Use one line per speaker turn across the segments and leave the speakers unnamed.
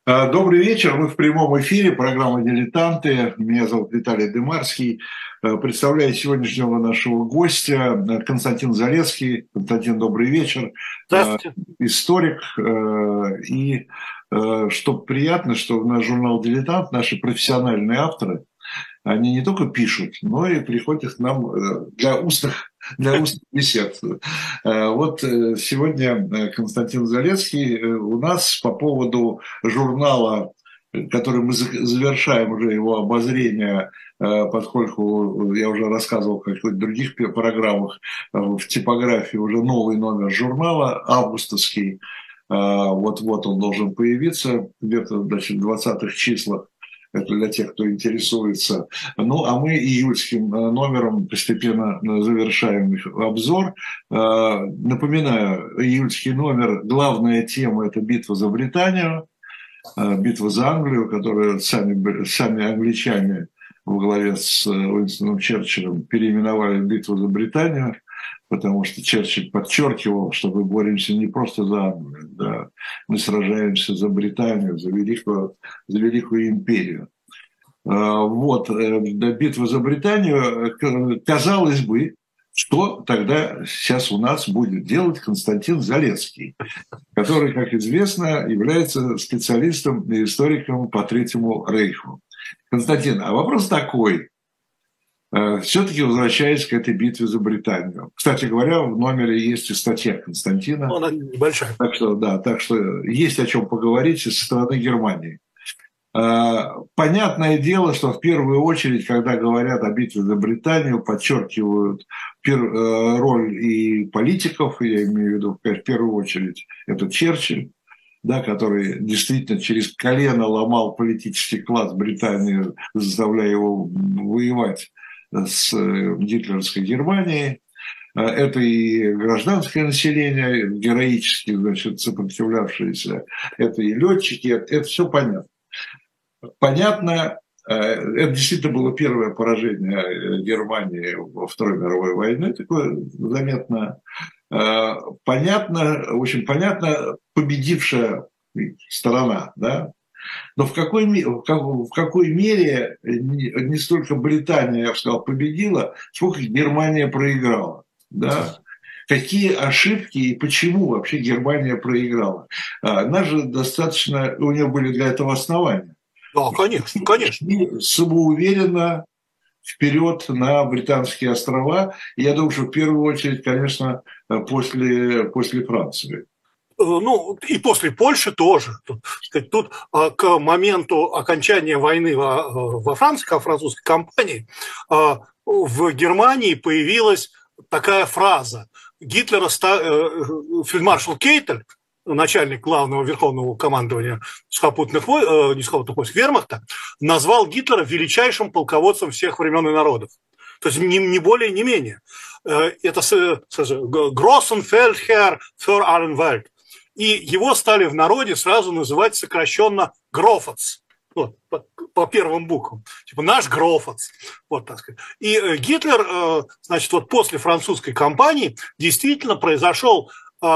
Добрый вечер. Мы в прямом эфире. Программа «Дилетанты». Меня зовут Виталий Дымарский. Представляю сегодняшнего нашего гостя Константин Залесский. Константин, добрый вечер.
Здравствуйте.
Историк. И что приятно, что наш журнал «Дилетант», наши профессиональные авторы, они не только пишут, но и приходят к нам для устных бесед. Вот сегодня Константин Залесский у нас по поводу журнала, который мы завершаем уже его обозрение, поскольку я уже рассказывал в каких-то других программах, в типографии уже новый номер журнала, августовский. Вот-вот он должен появиться где-то, значит, в 20-х числах. Это для тех, кто интересуется. Ну, а мы июльским номером постепенно завершаем обзор. Напоминаю, июльский номер, главная тема – это битва за Британию, битва за Англию, которую сами англичане во главе с Уинстоном Черчиллем переименовали в битву за Британию, потому что Черчилль подчеркивал, что мы боремся не просто за Англию, да, мы сражаемся за Британию, за великую империю. Вот, битва за Британию, казалось бы, что тогда сейчас у нас будет делать Константин Залесский, который, как известно, является специалистом и историком по Третьему Рейху. Константин, а вопрос такой. Все-таки возвращаясь к этой битве за Британию. Кстати говоря, в номере есть и статья Константина.
Она небольшая.
Так что есть о чем поговорить и со стороны Германии. Понятное дело, что в первую очередь, когда говорят о битве за Британию, подчеркивают роль и политиков, я имею в виду, в первую очередь, это Черчилль, да, который действительно через колено ломал политический класс Британии, заставляя его воевать с гитлеровской Германией. Это и гражданское население, героически, значит, сопротивлявшееся, это и летчики, это все понятно. Понятно, это действительно было первое поражение Германии во Второй мировой войне, такое заметное. Понятно, очень понятно, победившая сторона, да. Но в какой мере не столько Британия, я бы сказал, победила, сколько Германия проиграла, да? Какие ошибки и почему вообще Германия проиграла? Она же достаточно, у нее были для этого основания.
Да, конечно, конечно.
И самоуверенно вперед на Британские острова. Я думаю, что в первую очередь, конечно, после Франции.
Ну, и после Польши тоже. Тут к моменту окончания войны во Франции, во французской кампании, в Германии появилась такая фраза. Фельдмаршал Кейтель, начальник главного верховного командования сухопутных войск, не сухопутных войск, вермахта, назвал Гитлера величайшим полководцем всех времен и народов. То есть не более, не менее. Это Grossenfeldherr für allen Welt. И его стали в народе сразу называть сокращенно Грофац. Вот, по первым буквам. Типа наш Грофац. Вот, так сказать. И Гитлер, значит, вот после французской кампании действительно произошел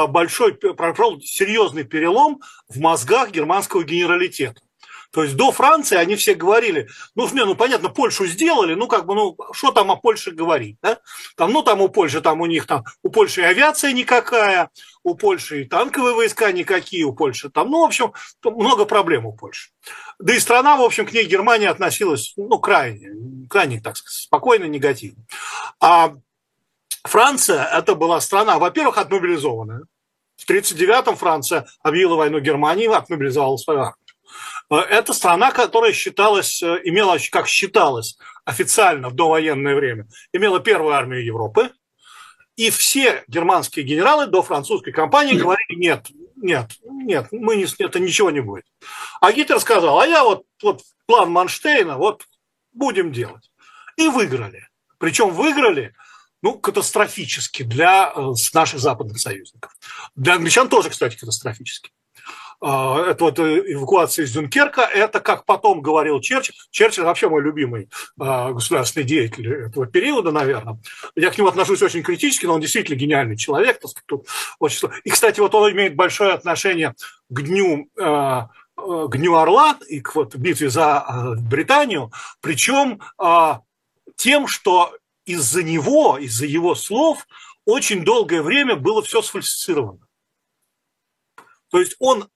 серьезный перелом в мозгах германского генералитета. То есть до Франции они все говорили, понятно, Польшу сделали, что там о Польше говорить, да? Там у Польши, у Польши и авиация никакая, у Польши и танковые войска никакие, у Польши много проблем у Польши. Да и страна, в общем, к ней Германия относилась, крайне, так сказать, спокойно, негативно. А Франция, это была страна, во-первых, отмобилизованная. В 1939-м Франция объявила войну Германии, отмобилизовала свою армию. Это страна, которая считалась официально в довоенное время, имела первую армию Европы, и все германские генералы до французской кампании говорили, нет, это ничего не будет. А Гитлер сказал, план Манштейна, будем делать. И выиграли. Причем выиграли, катастрофически для наших западных союзников. Для англичан тоже, кстати, катастрофически. Это эвакуация из Дюнкерка, это, как потом говорил Черчилль. Черчилль вообще мой любимый государственный деятель этого периода, наверное. Я к нему отношусь очень критически, но он действительно гениальный человек. И, кстати, он имеет большое отношение к дню к Нью-Орлан и к вот битве за Британию, причем тем, что из-за него, из-за его слов очень долгое время было все сфальсифицировано. То есть он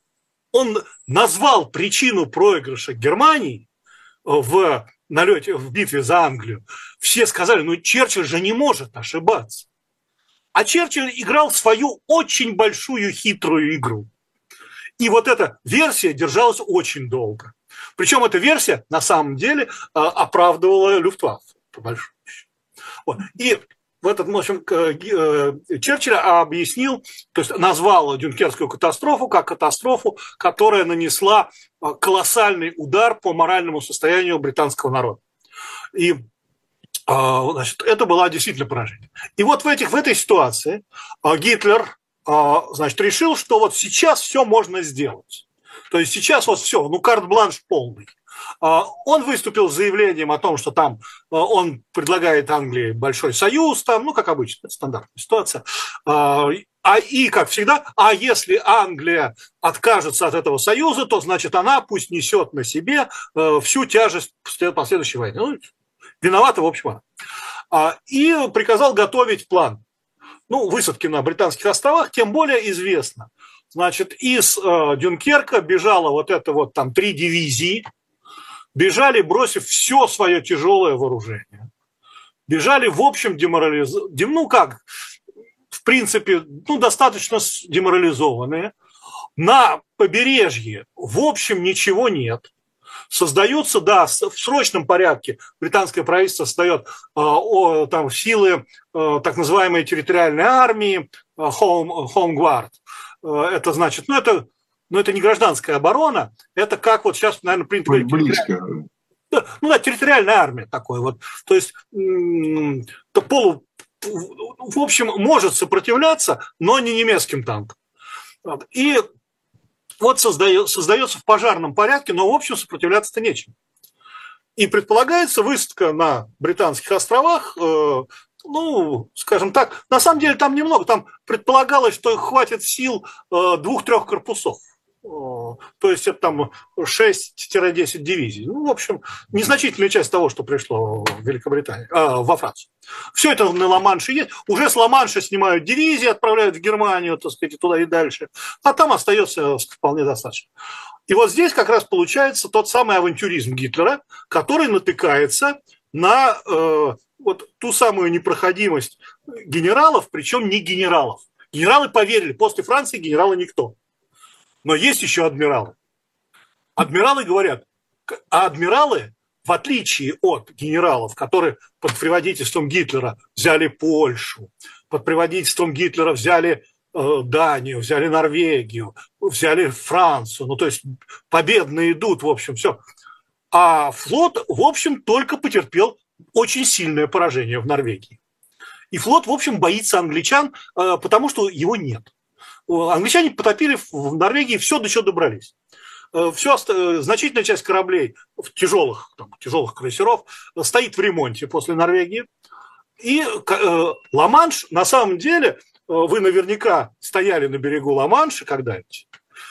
назвал причину проигрыша Германии в налете, в битве за Англию. Все сказали, ну Черчилль же не может ошибаться. А Черчилль играл свою очень большую хитрую игру. И вот эта версия держалась очень долго. Причем эта версия на самом деле оправдывала Люфтваффе, по большому счету. Вот. И в этот, в общем, Черчилль объяснил, то есть назвал Дюнкерскую катастрофу как катастрофу, которая нанесла колоссальный удар по моральному состоянию британского народа. И значит, это было действительно поражение. И вот в этой ситуации Гитлер, значит, решил, что вот сейчас все можно сделать. То есть сейчас вот все, ну карт-бланш полный. Он выступил с заявлением о том, что там он предлагает Англии большой союз, там, ну, как обычно, стандартная ситуация. И, как всегда, если Англия откажется от этого союза, то, значит, она пусть несет на себе всю тяжесть последующей войны. Ну, виновата, в общем, она. И приказал готовить план. Ну, высадки на Британских островах, тем более известно. Значит, из Дюнкерка бежало вот это вот там 3 дивизии, бежали, бросив все свое тяжелое вооружение. Бежали, в общем, ну как, в принципе, ну, достаточно деморализованные. На побережье, в общем, ничего нет. Создаются, да, в срочном порядке британское правительство создает там силы так называемой территориальной армии, Home Guard. Это значит, это не гражданская оборона, это как вот сейчас, наверное, принято говорить.
Близко.
Ну да, территориальная армия такой вот. То есть в общем, может сопротивляться, но не немецким танком. И вот создается в пожарном порядке, но в общем сопротивляться-то нечем. И предполагается высадка на Британских островах, ну, скажем так, на самом деле там немного, там предполагалось, что хватит сил 2-3 корпусов. То есть это там 6-10 дивизий. Ну, в общем, незначительная часть того, что пришло в Великобританию, во Францию. Все это на Ла-Манше есть. Уже с Ла-Манша снимают дивизии, отправляют в Германию, так сказать, туда и дальше. А там остается вполне достаточно. И вот здесь как раз получается тот самый авантюризм Гитлера, который натыкается на вот ту самую непроходимость генералов, причем не генералов. Генералы поверили, после Франции генералы никто. Но есть еще адмиралы. Адмиралы говорят, а адмиралы, в отличие от генералов, которые под предводительством Гитлера взяли Польшу, под предводительством Гитлера взяли Данию, взяли Норвегию, взяли Францию, ну то есть победно идут, в общем, все. А флот, в общем, только потерпел очень сильное поражение в Норвегии. И флот, в общем, боится англичан, потому что его нет. Англичане потопили в Норвегии все, до чего добрались. Значительная часть кораблей, тяжелых крейсеров, стоит в ремонте после Норвегии. И Ла-Манш, на самом деле, вы наверняка стояли на берегу Ла-Манша когда-нибудь.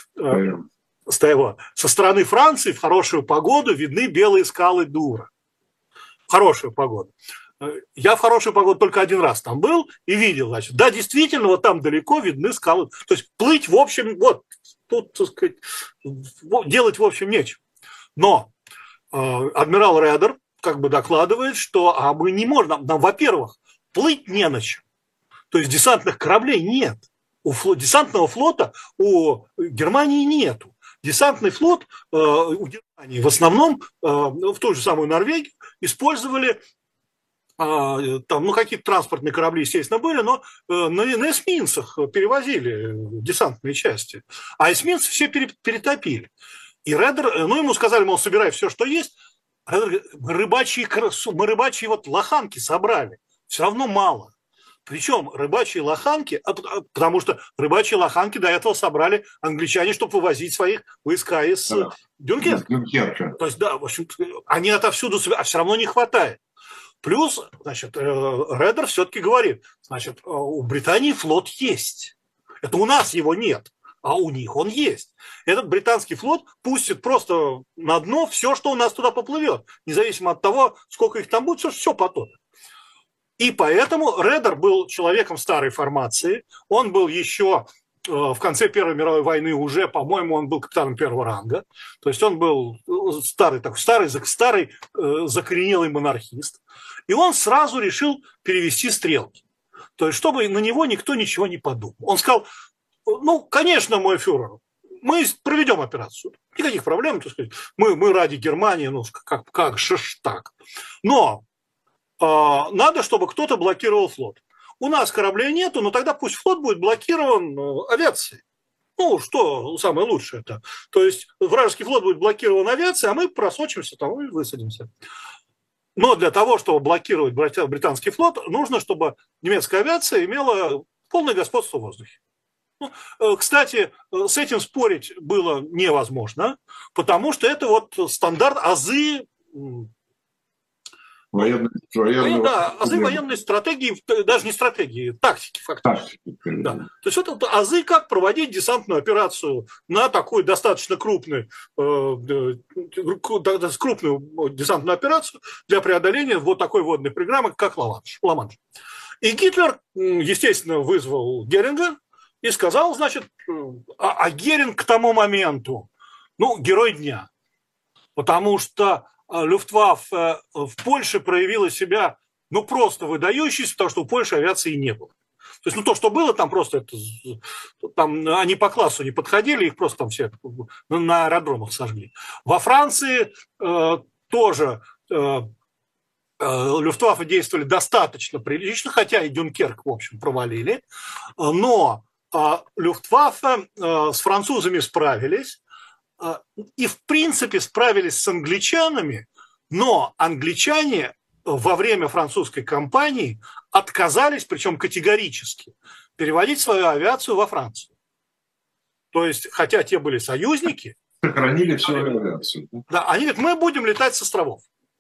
Со стороны Франции в хорошую погоду видны белые скалы Дура. В хорошую погоду. Я в хорошую погоду только один раз там был и видел, значит, да, действительно, вот там далеко видны скалы. То есть плыть, в общем, вот тут, так сказать, делать, в общем, нечего. Но адмирал Редер как бы докладывает, что мы не можем, нам, во-первых, плыть не на чем. То есть десантных кораблей нет. Десантного флота у Германии нету. Десантный флот у Германии в основном в ту же самую Норвегию использовали там, ну, какие-то транспортные корабли, естественно, были, но на эсминцах перевозили десантные части. А эсминцы все перетопили. И Редер, ну, ему сказали, мол, собирай все, что есть. Редер говорит, мы рыбачьи вот лоханки собрали. Все равно мало. Причем рыбачьи лоханки, потому что рыбачьи лоханки до этого собрали англичане, чтобы вывозить своих войска из Дюнкерка. То есть, да, в общем, они отовсюду, а все равно не хватает. Плюс, значит, Редер все-таки говорит, значит, у Британии флот есть. Это у нас его нет. А у них он есть. Этот британский флот пустит просто на дно все, что у нас туда поплывет, независимо от того, сколько их там будет, все потопит. И поэтому Редер был человеком старой формации, он был еще в конце Первой мировой войны уже, по-моему, он был капитаном первого ранга, то есть он был старый закоренелый монархист, и он сразу решил перевести стрелки, то есть чтобы на него никто ничего не подумал. Он сказал, ну, конечно, мой фюрер, мы проведем операцию, никаких проблем, так сказать, мы ради Германии, ну, как же так, но надо, чтобы кто-то блокировал флот. У нас кораблей нету, но тогда пусть флот будет блокирован авиацией. Ну, что самое лучшее это. То есть вражеский флот будет блокирован авиацией, а мы просочимся там и высадимся. Но для того, чтобы блокировать британский флот, нужно, чтобы немецкая авиация имела полное господство в воздухе. Кстати, с этим спорить было невозможно, потому что это вот стандарт, азы военной стратегии, даже не стратегии, тактики фактически. Да. То есть это азы, как проводить десантную операцию на такую достаточно крупную десантную операцию для преодоления вот такой водной программы, как Ла-Манш. И Гитлер, естественно, вызвал Геринга и сказал, значит, а Геринг к тому моменту, ну, герой дня, потому что Люфтваффе в Польше проявила себя, ну, просто выдающейся, потому что у Польши авиации не было. То есть, ну, то, что было, там просто там они по классу не подходили, их просто там все на аэродромах сожгли. Во Франции тоже Люфтваффе действовали достаточно прилично, хотя и Дюнкерк, в общем, провалили, но Люфтваффе с французами справились, и, в принципе, справились с англичанами, но англичане во время французской кампании отказались, причем категорически, переводить свою авиацию во Францию. То есть, хотя те были союзники...
Сохранили всю авиацию.
Да, они говорят, мы будем летать с островов.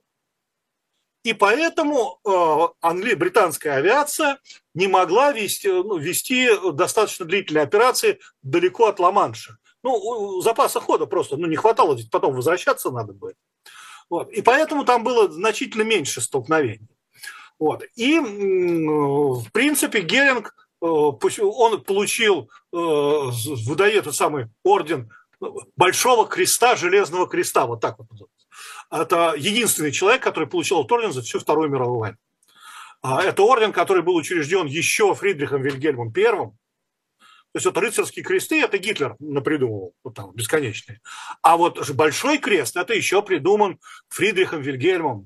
И поэтому британская авиация не могла вести достаточно длительные операции далеко от Ла-Манша. Ну, запаса хода просто не хватало, ведь потом возвращаться надо будет. Вот. И поэтому там было значительно меньше столкновений. Вот. И, в принципе, Геринг, он получил, выдает этот самый орден Большого Креста, Железного Креста, вот так вот называется. Это единственный человек, который получил этот орден за всю Вторую мировую войну. Это орден, который был учрежден еще Фридрихом Вильгельмом I. То есть это рыцарские кресты, это Гитлер напридумывал, вот там, бесконечные. А вот Большой Крест, это еще придуман Фридрихом Вильгельмом,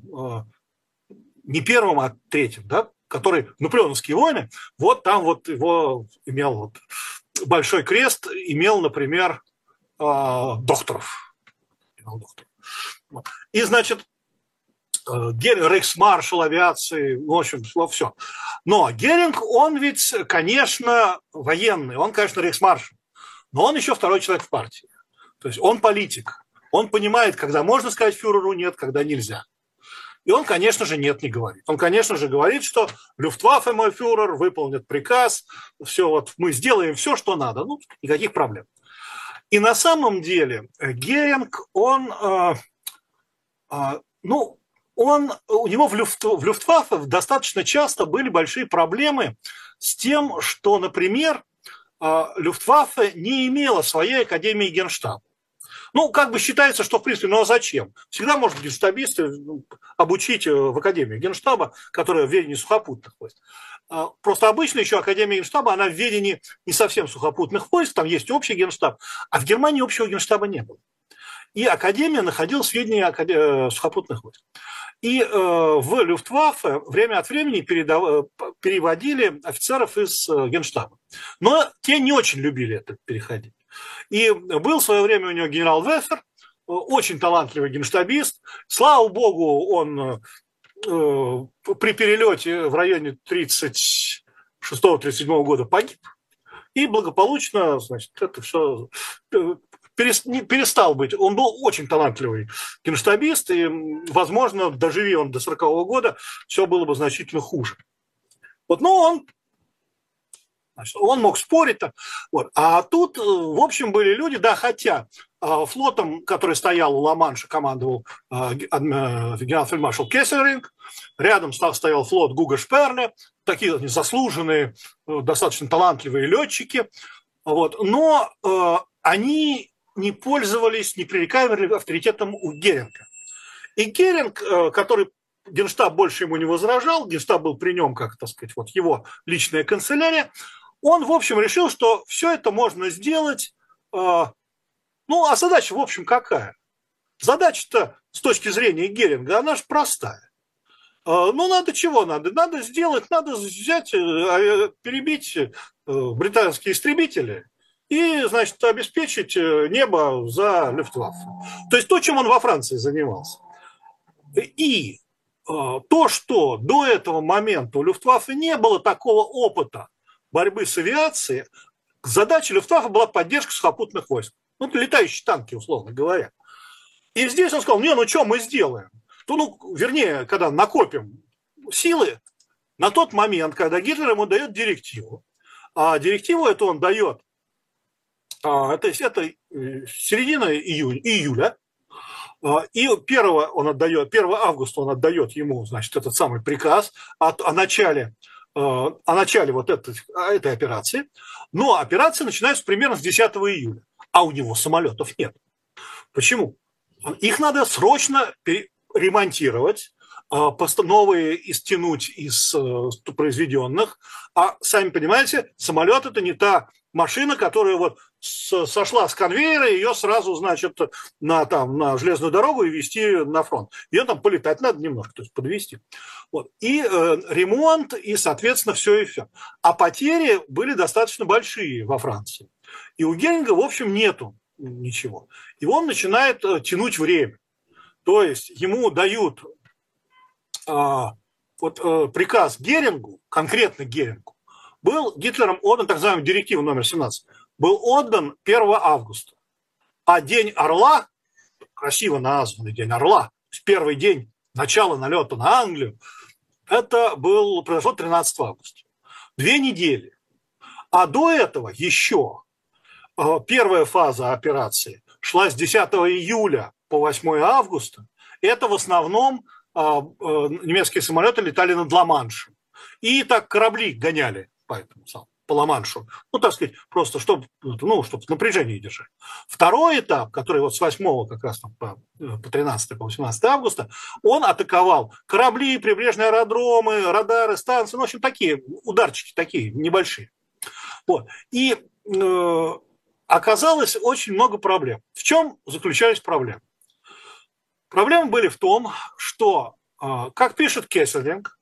не первым, а третьим, да, который наполеоновские войны, вот там вот его имел вот, Большой Крест, имел, например, докторов. И, значит, рейхсмаршал авиации, в общем, все. Но Геринг, он ведь, конечно, военный, он, конечно, рейхсмаршал, но он еще второй человек в партии. То есть он политик, он понимает, когда можно сказать фюреру нет, когда нельзя. И он, конечно же, нет не говорит. Он, конечно же, говорит, что Люфтваффе, мой фюрер, выполнит приказ, все, вот мы сделаем все, что надо, ну, никаких проблем. И на самом деле Геринг, он, у него в Люфтваффе достаточно часто были большие проблемы с тем, что, например, Люфтваффе не имела своей академии генштаба. Ну, как бы считается, что, в принципе, ну а зачем? Всегда можно генштабисты обучить в академии генштаба, которая в ведении сухопутных войск. Просто обычно еще академия генштаба, она в ведении не совсем сухопутных войск, там есть общий генштаб, а в Германии общего генштаба не было. И академия находилась в ведении сухопутных войск. И в Люфтваффе время от времени переводили офицеров из генштаба. Но те не очень любили это переходить. И был в свое время у него генерал Веффер, очень талантливый генштабист. Слава богу, он при перелете в районе 1936-1937 года погиб. И благополучно, значит, это все перестал быть. Он был очень талантливый генштабист, и, возможно, доживи он до 1940 года, все было бы значительно хуже. Вот, но он Значит, он мог спорить. Вот. А тут, в общем, были люди, да, хотя флотом, который стоял у Ла-Манша, командовал генерал-фельдмаршал Кессельринг, рядом стоял флот Гуга Шперле, такие заслуженные, достаточно талантливые летчики. Вот. Но они не пользовались непререкаемым авторитетом у Геринга. И Геринг, который Генштаб больше ему не возражал, Генштаб был при нем, как, так сказать, вот его личная канцелярия, он, в общем, решил, что все это можно сделать. Ну, а задача, в общем, какая? Задача-то с точки зрения Геринга, она же простая. Ну, надо чего надо? Надо сделать, надо взять, перебить британские истребители и, значит, обеспечить небо за Люфтваффе. То есть то, чем он во Франции занимался. И то, что до этого момента у Люфтваффе не было такого опыта борьбы с авиацией, задача Люфтваффе была поддержка сухопутных войск. Ну, летающие танки, условно говоря. И здесь он сказал, ну что мы сделаем? Вернее, когда накопим силы, на тот момент, когда Гитлер ему дает директиву, а директиву эту он дает, это середина июля, и 1 августа он отдает ему, значит, этот самый приказ о начале вот этой операции. Но операция начинается примерно с 10 июля, а у него самолетов нет. Почему? Их надо срочно ремонтировать, новые стянуть из произведенных. А сами понимаете, самолет – это не та машина, которая вот сошла с конвейера, ее сразу, значит, на железную дорогу и везти на фронт. Ее там полетать надо немножко, то есть подвезти. Вот. И ремонт, и, соответственно, все и все. А потери были достаточно большие во Франции. И у Геринга, в общем, нету ничего. И он начинает тянуть время. То есть ему дают приказ Герингу, конкретно Герингу, был Гитлером отдан, так называемая директива номер 17, был отдан 1 августа. А День Орла, красиво названный День Орла, первый день начала налета на Англию, это произошло 13 августа. 2 недели. А до этого еще первая фаза операции шла с 10 июля по 8 августа. Это в основном немецкие самолеты летали над Ла-Маншем. И так корабли гоняли по Ла-Маншу. Ну, так сказать, просто чтобы напряжение держать. Второй этап, который вот с 8 как раз по 13 по 18 августа, он атаковал корабли, прибрежные аэродромы, радары, станции, ну, в общем, такие ударчики, такие небольшие. Вот. И оказалось очень много проблем. В чем заключались проблемы? Проблемы были в том, что, как пишет Кессельринг,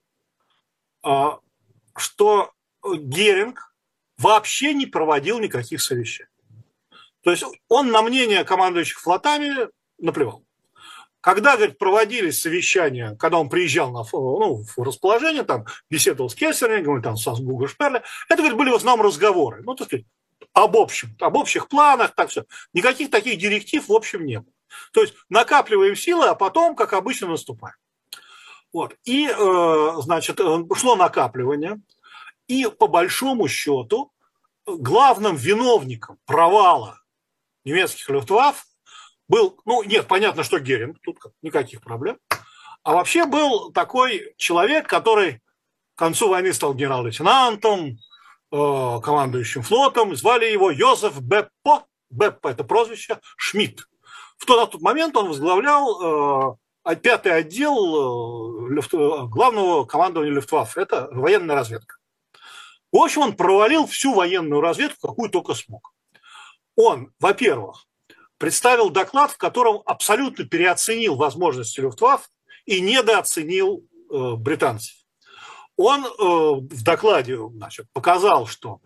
что Геринг вообще не проводил никаких совещаний. То есть он на мнение командующих флотами наплевал. Когда, говорит, проводились совещания, когда он приезжал в расположение, там беседовал с Кессельрингом, там с Гуга Шперле, это, говорит, были в основном разговоры. Ну, так сказать, об общих планах, так все. Никаких таких директив, в общем, не было. То есть накапливаем силы, а потом, как обычно, наступаем. Вот. И, значит, шло накапливание. И, по большому счету, главным виновником провала немецких Люфтваффе был, понятно, что Геринг, тут никаких проблем, а вообще был такой человек, который к концу войны стал генерал-лейтенантом, командующим флотом, звали его Йозеф Беппо, Беппо – это прозвище, Шмидт. В тот момент он возглавлял 5-й отдел главного командования Люфтваффе, это военная разведка. В общем, он провалил всю военную разведку, какую только смог. Он, во-первых, представил доклад, в котором абсолютно переоценил возможности Люфтваффе и недооценил британцев. Он в докладе, значит, показал, что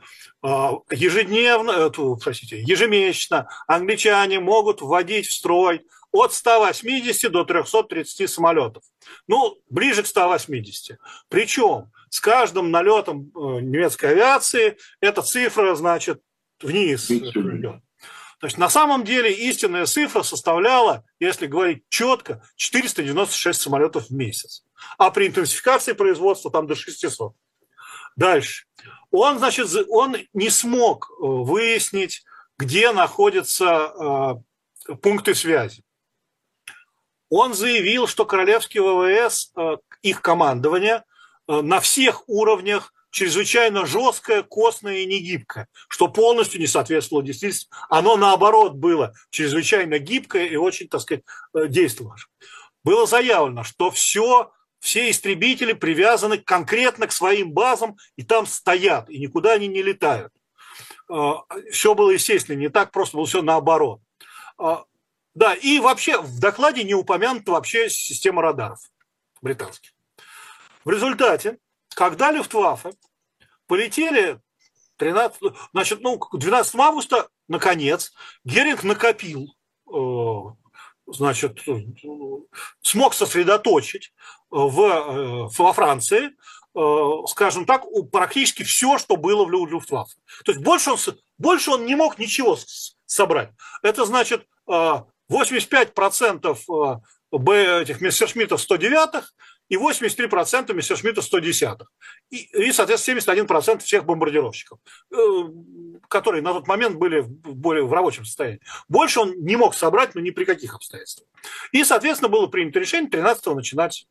ежемесячно англичане могут вводить в строй от 180 до 330 самолетов. Ближе к 180. Причем с каждым налетом немецкой авиации эта цифра, значит, вниз идет. То есть на самом деле истинная цифра составляла, если говорить четко, 496 самолетов в месяц. А при интенсификации производства там до 600. Дальше. Он, значит, он не смог выяснить, где находятся пункты связи. Он заявил, что королевский ВВС, их командование на всех уровнях чрезвычайно жесткое, костное и негибкое, что полностью не соответствовало действительности. Оно, наоборот, было чрезвычайно гибкое и очень, так сказать, действовавшее. Было заявлено, что все истребители привязаны конкретно к своим базам и там стоят, и никуда они не летают. Все было, естественно, не так, просто было все наоборот. Да, и вообще в докладе не упомянута вообще система радаров британских. В результате, когда Люфтваффе полетели 12 августа, наконец, Геринг накопил, значит, смог сосредоточить во Франции, скажем так, практически все, что было в Люфтваффе. То есть больше он не мог ничего собрать. Это значит 85% этих Мессершмиттов 109-х и 83% Мессершмиттов 110-х. И, соответственно, 71% всех бомбардировщиков, которые на тот момент были в рабочем состоянии. Больше он не мог собрать, но ни при каких обстоятельствах. И, соответственно, было принято решение 13-го начинать.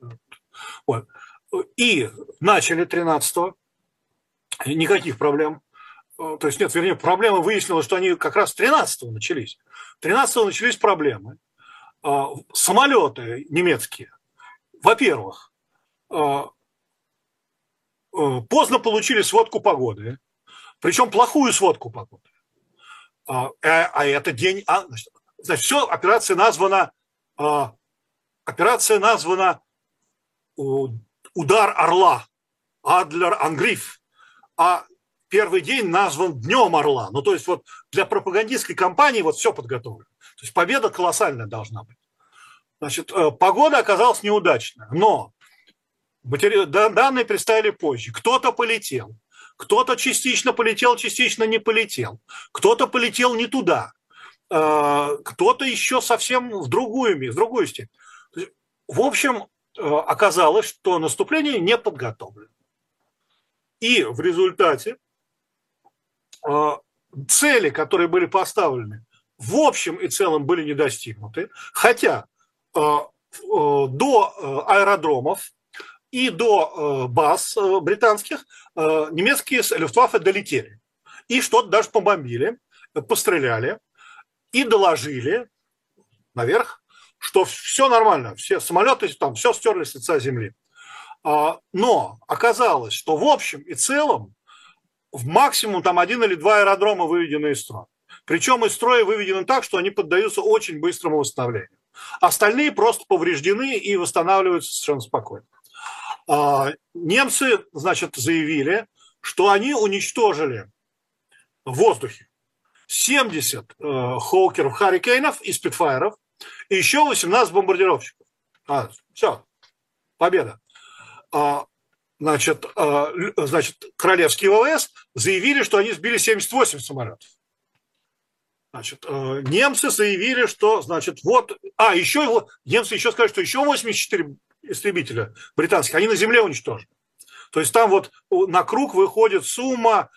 И начали 13-го. Никаких проблем. То есть нет, вернее, проблемы выяснилось, что они как раз 13-го начались. 13-го начались проблемы. Самолеты немецкие, во-первых, поздно получили сводку погоды, причем плохую сводку погоды. А это день... Значит, все, операция названа «Удар орла», «Адлер Ангриф», а первый день назван Днем Орла. Ну, то есть вот для пропагандистской кампании вот все подготовлено. То есть победа колоссальная должна быть. Значит, погода оказалась неудачная, но данные представили позже. Кто-то полетел, кто-то частично полетел, частично не полетел, кто-то полетел не туда, кто-то еще совсем в другую степень. В общем, оказалось, что наступление не подготовлено. И в результате цели, которые были поставлены, в общем и целом были не достигнуты, хотя до аэродромов и до баз британских немецкие Люфтваффе долетели. И что-то даже побомбили, постреляли и доложили наверх, что все нормально, все самолеты там, все стерли с лица земли. Но оказалось, что в общем и целом в максимум там 1 или 2 аэродрома выведены из строя. Причем из строя выведены так, что они поддаются очень быстрому восстановлению. Остальные просто повреждены и восстанавливаются совершенно спокойно. Немцы, значит, заявили, что они уничтожили в воздухе 70 Хоукеров, Харрикейнов и Спитфайров и еще 18 бомбардировщиков. Все, победа. Значит, королевские ВВС заявили, что они сбили 78 самолетов. Значит, немцы заявили, что, значит, вот... немцы еще сказали, что еще 84 истребителя британских, они на земле уничтожены. То есть там вот на круг выходит сумма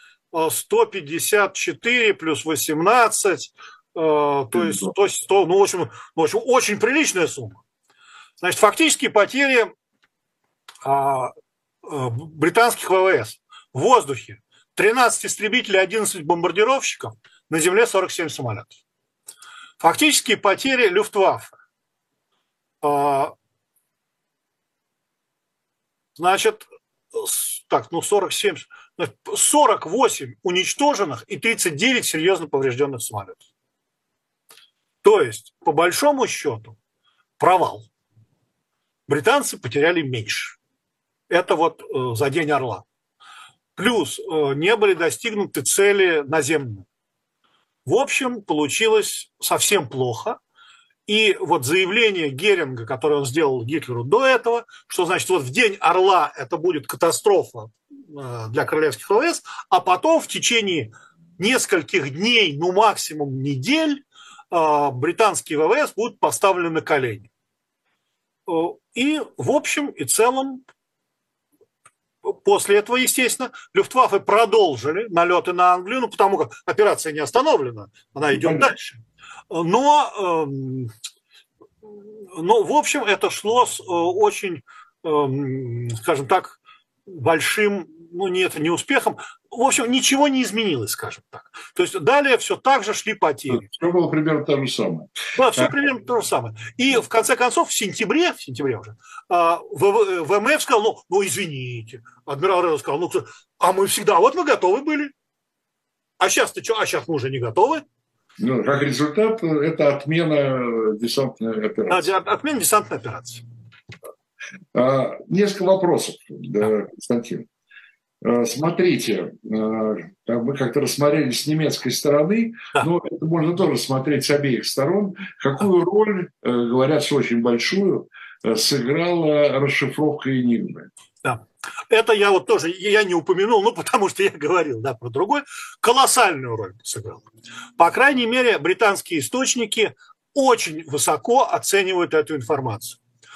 154 плюс 18, то есть 100, ну, в общем, очень приличная сумма. Значит, фактические потери британских ВВС в воздухе 13 истребителей, 11 бомбардировщиков, на земле 47 самолетов. Фактические потери Люфтваффе. Значит, 47, 48 уничтоженных и 39 серьезно поврежденных самолетов. То есть, по большому счету, провал. Британцы потеряли меньше. Это вот за День Орла. Плюс не были достигнуты цели наземные. В общем, получилось совсем плохо. И вот заявление Геринга, которое он сделал Гитлеру до этого, что, значит, вот в День Орла это будет катастрофа для королевских ВВС, а потом в течение нескольких дней, ну максимум недель, британские ВВС будут поставлены на колени. И в общем и целом после этого, естественно, Люфтваффе продолжили налеты на Англию, ну, потому как операция не остановлена, она идет дальше. Но, в общем, это шло с очень, скажем так, большим, ну, нет, не успехом. В общем, ничего не изменилось, скажем так. То есть далее все так же шли потери.
Все было примерно то же самое.
Да, все примерно то же самое. И в конце концов, в сентябре уже, ВМФ сказал, ну извините. Адмирал Редл сказал, ну, а мы всегда, вот мы готовы были. А сейчас-то что? А сейчас мы уже не готовы.
Ну, как результат, это отмена десантной операции.
Отмена десантной операции.
Несколько вопросов, Константин. Смотрите, мы как-то рассмотрели с немецкой стороны, но это можно тоже смотреть с обеих сторон, какую роль, говорят, что очень большую, сыграла расшифровка «Энигмы».
Да. Это я вот тоже, я не упомянул, ну, потому что я говорил, да, про другой, колоссальную роль сыграл. По крайней мере, британские источники очень высоко оценивают эту информацию.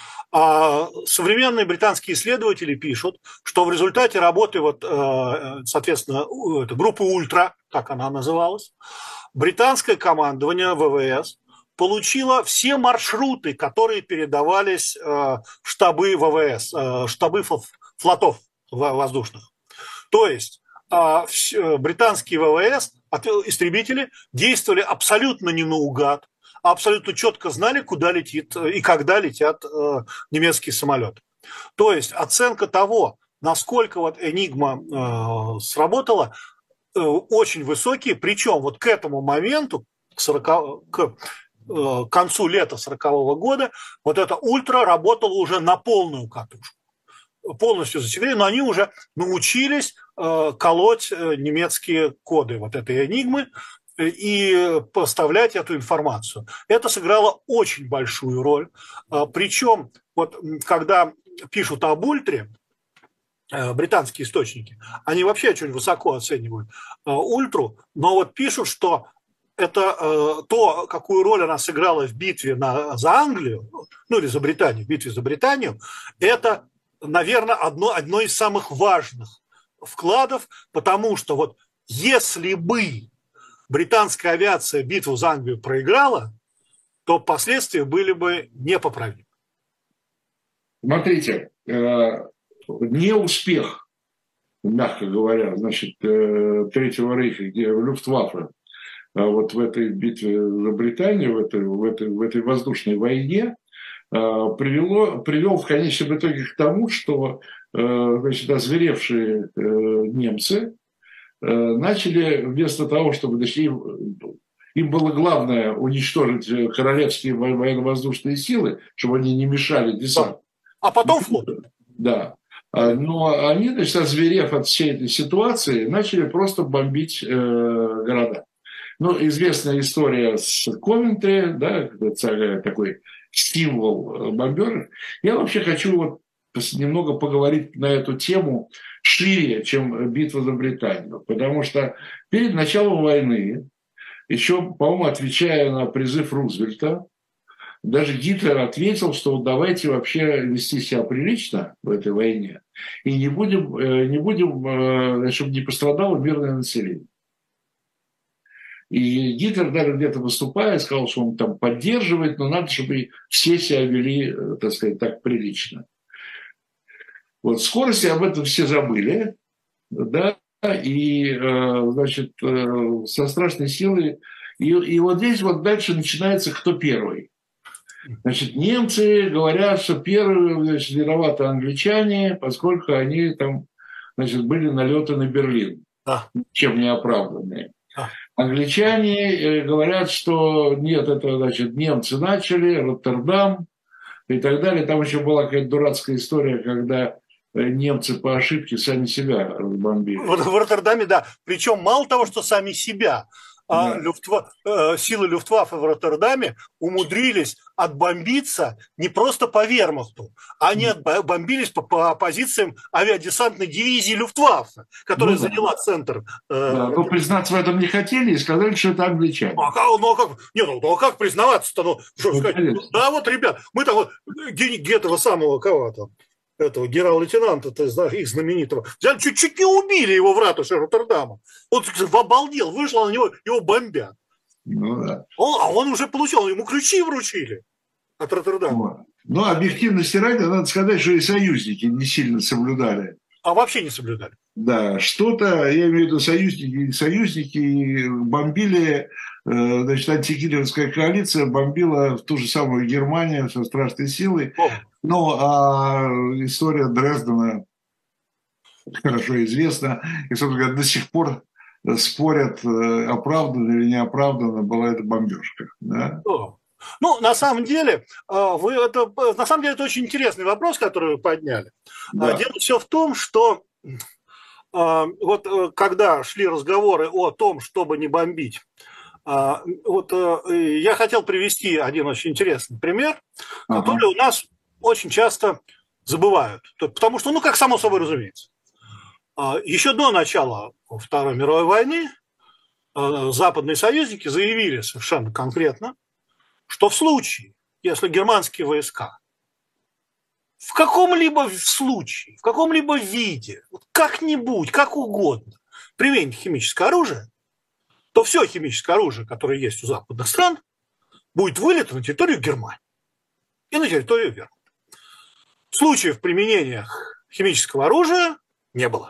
Современные британские исследователи пишут, что в результате работы, соответственно, группы «Ультра», так она называлась, британское командование ВВС получило все маршруты, которые передавались в штабы ВВС, штабы флотов воздушных. То есть британские ВВС, истребители, действовали абсолютно не наугад, абсолютно четко знали, куда летит и когда летят немецкие самолеты. То есть оценка того, насколько вот «Энигма» сработала, очень высокие. Причем вот к этому моменту, к концу лета 1940 года, вот эта «Ультра» работала уже на полную катушку. Полностью засекречена, но они уже научились колоть немецкие коды вот этой «Энигмы» и поставлять эту информацию. Это сыграло очень большую роль. Причем, вот когда пишут об «Ультре», британские источники, они вообще очень высоко оценивают «Ультру», но вот пишут, что это то, какую роль она сыграла в битве за Англию, ну или за Британию, в битве за Британию, это, наверное, одно из самых важных вкладов, потому что вот если бы британская авиация битву за Англию проиграла, то последствия были бы непоправимы.
Смотрите, неуспех, мягко говоря, значит, Третьего рейха, где Люфтваффе, вот в этой битве за Британию, в этой воздушной войне, привел в конечном итоге к тому, что, значит, озверевшие немцы начали вместо того, чтобы им было главное уничтожить королевские военно-воздушные силы, чтобы они не мешали десанту.
А потом флот.
Да. Но они, значит, озверев от всей этой ситуации, начали просто бомбить города. Ну, известная история с Ковентри, да, такой символ бомбежек. Я вообще хочу вот немного поговорить на эту тему шире, чем битва за Британию. Потому что перед началом войны, еще, по-моему, отвечая на призыв Рузвельта, даже Гитлер ответил, что давайте вообще вести себя прилично в этой войне и не будем, чтобы не пострадало мирное население. И Гитлер даже где-то выступая сказал, что он там поддерживает, но надо, чтобы все себя вели, так сказать, так прилично. Вот в скорости об этом все забыли, да, и, значит, со страшной силой. И вот здесь вот дальше начинается кто первый. Значит, немцы говорят, что первые, значит, виноваты англичане, поскольку они там, значит, были налеты на Берлин, чем не оправданные. Англичане говорят, что нет, это, значит, немцы начали, Роттердам и так далее. Там еще была какая-то дурацкая история, когда немцы по ошибке сами себя разбомбили.
В Роттердаме, да. Причем мало того, что сами себя, да. Силы Люфтваффе в Роттердаме умудрились отбомбиться не просто по вермахту, они отбомбились по позициям авиадесантной дивизии Люфтваффе, которая заняла центр.
Да, но признаться в этом не хотели и сказали, что это англичане.
А как признаваться-то? Да вот, ребят, мы там вот этого самого кого-то. этого генерал-лейтенанта, ты знаешь, их знаменитого. Взяли, чуть-чуть не убили его в ратуше Роттердама. Он обалдел, вышел на него, его бомбят.
Ну, да.
А он уже получил, ему ключи вручили от Роттердама.
Вот. Но объективности ради, надо сказать, что и союзники не сильно соблюдали.
А вообще не соблюдали.
Да, что-то, я имею в виду союзники бомбили, значит, антигитлеровская коалиция бомбила в ту же самую Германию со страшной силой. Ну, а история Дрездена хорошо известна. И, собственно говоря, до сих пор спорят, оправданно или неоправданно была эта бомбежка. Да?
Ну, на самом деле, это очень интересный вопрос, который вы подняли. Да. Дело все в том, что вот когда шли разговоры о том, чтобы не бомбить, вот я хотел привести один очень интересный пример, который у нас очень часто забывают. Потому что, ну, как само собой разумеется, еще до начала Второй мировой войны западные союзники заявили совершенно конкретно, что в случае, если германские войска в каком-либо случае, в каком-либо виде, как-нибудь, как угодно, применит химическое оружие, то все химическое оружие, которое есть у западных стран, будет вылито на территорию Германии и на территорию Вермахта. Случаев применения химического оружия не было.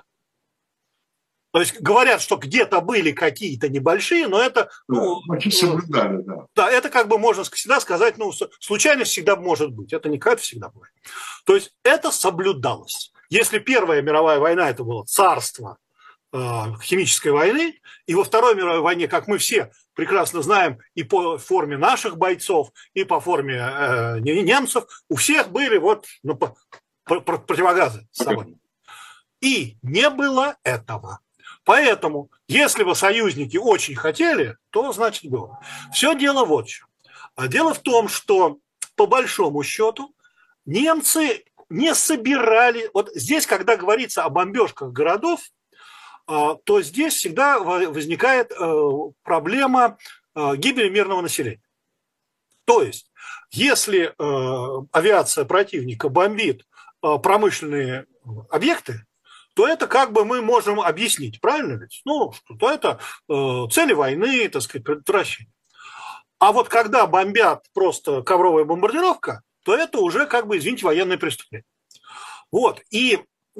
То есть говорят, что где-то были какие-то небольшие, но это...
соблюдали, да.
Да, это как бы можно всегда сказать, ну, случайность всегда может быть. Это не как-то всегда бывает. То есть это соблюдалось. Если Первая мировая война это было царство химической войны, и во Второй мировой войне, как мы все прекрасно знаем, и по форме наших бойцов, и по форме немцев, у всех были вот противогазы с собой. И не было этого. Поэтому, если бы союзники очень хотели, то значит было. Все дело вот в чем. А дело в том, что по большому счету немцы не собирали... Вот здесь, когда говорится о бомбежках городов, то здесь всегда возникает проблема гибели мирного населения. То есть, если авиация противника бомбит промышленные объекты, то это как бы мы можем объяснить, правильно ведь? Ну, что это цели войны, так сказать, предотвращение. А вот когда бомбят просто ковровая бомбардировка, то это уже как бы, извините, военное преступление. Вот, и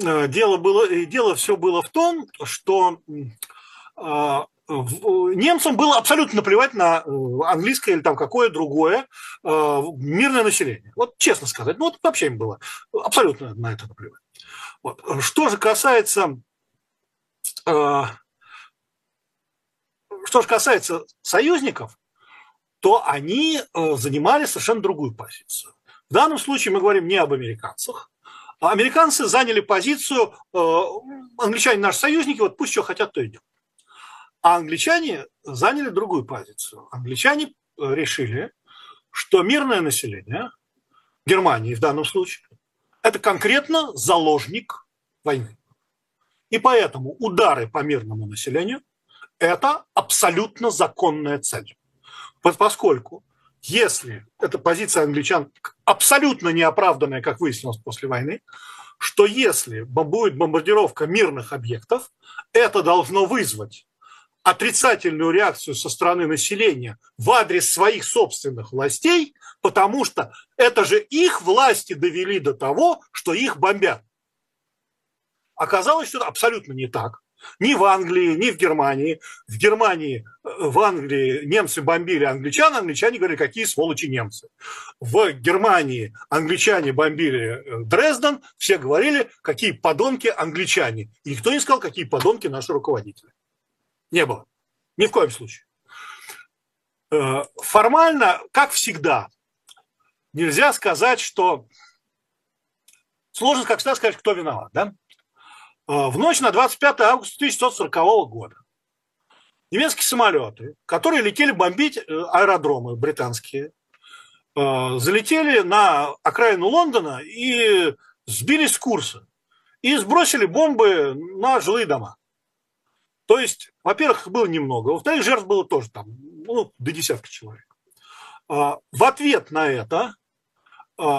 дело все было в том, что немцам было абсолютно наплевать на английское или там какое другое мирное население. Вот честно сказать, ну вот вообще им было абсолютно на это наплевать. Вот. Что же касается союзников, то они занимали совершенно другую позицию. В данном случае мы говорим не об американцах. А американцы заняли позицию, англичане наши союзники, вот пусть что хотят, то и делают. А англичане заняли другую позицию. Англичане решили, что мирное население Германии в данном случае это конкретно заложник войны. И поэтому удары по мирному населению – это абсолютно законная цель. Поскольку если эта позиция англичан абсолютно неоправданная, как выяснилось после войны, что если будет бомбардировка мирных объектов, это должно вызвать отрицательную реакцию со стороны населения в адрес своих собственных властей, потому что это же их власти довели до того, что их бомбят. Оказалось, что это абсолютно не так. Ни в Англии, ни в Германии. В Германии, в Англии немцы бомбили англичан, англичане говорили, какие сволочи немцы. В Германии англичане бомбили Дрезден, все говорили, какие подонки англичане. И никто не сказал, какие подонки наши руководители. Не было. Ни в коем случае. Формально, как всегда, нельзя сказать, что... Сложно, как всегда, сказать, кто виноват, да? В ночь на 25 августа 1940 года немецкие самолеты, которые летели бомбить аэродромы британские, залетели на окраину Лондона и сбились с курса. И сбросили бомбы на жилые дома. То есть, во-первых, было немного, во-вторых, жертв было тоже там, до десятка человек. В ответ на это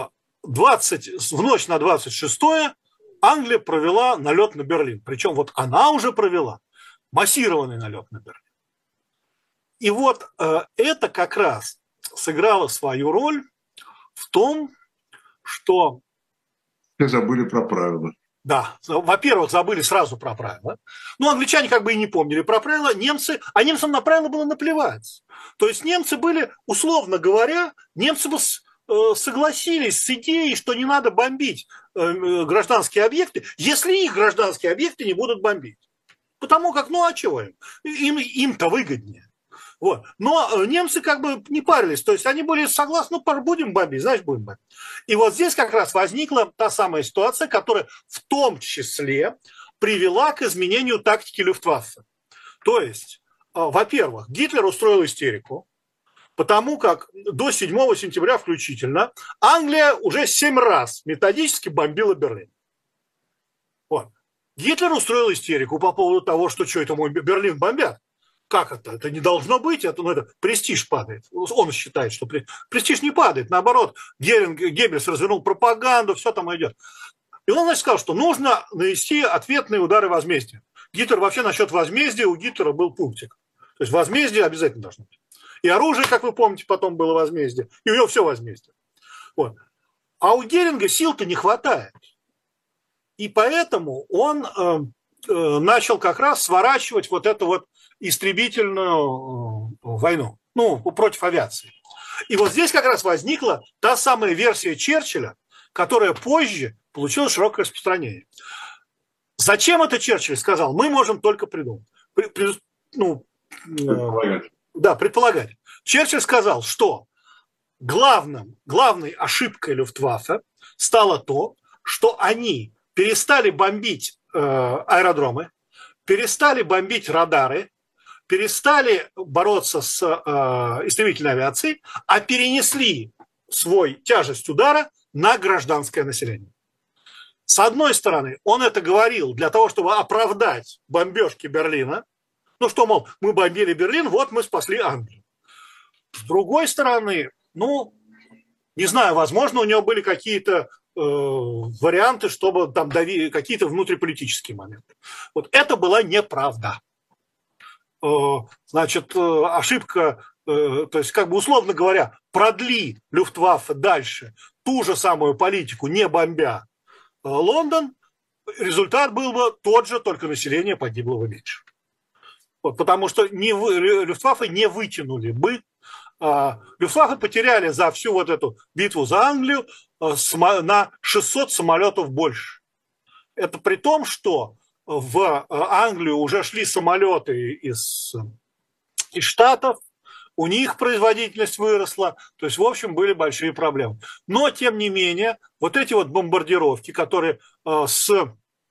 в ночь на 26-е Англия провела налет на Берлин. Причем вот она уже провела массированный налет на Берлин. И вот это как раз сыграло свою роль в том, что...
Все забыли про правила.
Да, во-первых, забыли сразу про правила. Ну, англичане как бы и не помнили про правила, а немцам на правила было наплевать. То есть немцы были, условно говоря, немцы бы согласились с идеей, что не надо бомбить гражданские объекты, если их гражданские объекты не будут бомбить. Потому как, ну а чего им? Им-то выгоднее. Вот. Но немцы как бы не парились, то есть они были согласны, ну, будем бомбить, значит, будем бомбить. И вот здесь как раз возникла та самая ситуация, которая в том числе привела к изменению тактики Люфтваффе. То есть, во-первых, Гитлер устроил истерику, потому как до 7 сентября включительно Англия уже 7 раз методически бомбила Берлин. Вот. Гитлер устроил истерику по поводу того, что это мой Берлин бомбят. Как это? Это не должно быть, это престиж падает. Он считает, что престиж не падает. Наоборот, Геббельс развернул пропаганду, все там идет. И он, значит, сказал, что нужно нанести ответные удары возмездия. Гитлер вообще насчет возмездия, у Гитлера был пунктик. То есть возмездие обязательно должно быть. И оружие, как вы помните, потом было возмездие. И у него все возмездие. Вот. А у Геринга сил-то не хватает. И поэтому он начал как раз сворачивать вот эту вот истребительную войну, ну, против авиации. И вот здесь как раз возникла та самая версия Черчилля, которая позже получила широкое распространение. Зачем это Черчилль сказал? Мы можем только придумать. Предполагать. Черчилль сказал, что главной ошибкой Люфтваффе стало то, что они перестали бомбить аэродромы, перестали бомбить радары, перестали бороться с истребительной авиацией, а перенесли свой тяжесть удара на гражданское население. С одной стороны, он это говорил для того, чтобы оправдать бомбежки Берлина. Ну что, мол, мы бомбили Берлин, вот мы спасли Англию. С другой стороны, ну, не знаю, возможно, у него были какие-то варианты, чтобы там давить какие-то внутриполитические моменты. Вот это была неправда. Значит, ошибка, то есть, как бы условно говоря, продли Люфтваффе дальше ту же самую политику, не бомбя Лондон, результат был бы тот же, только население погибло бы меньше. Вот, потому что Люфтваффе не вытянули бы. Люфтваффе потеряли за всю вот эту битву за Англию на 600 самолетов больше. Это при том, что в Англию уже шли самолеты из Штатов, у них производительность выросла, то есть, в общем, были большие проблемы. Но, тем не менее, вот эти вот бомбардировки, которые в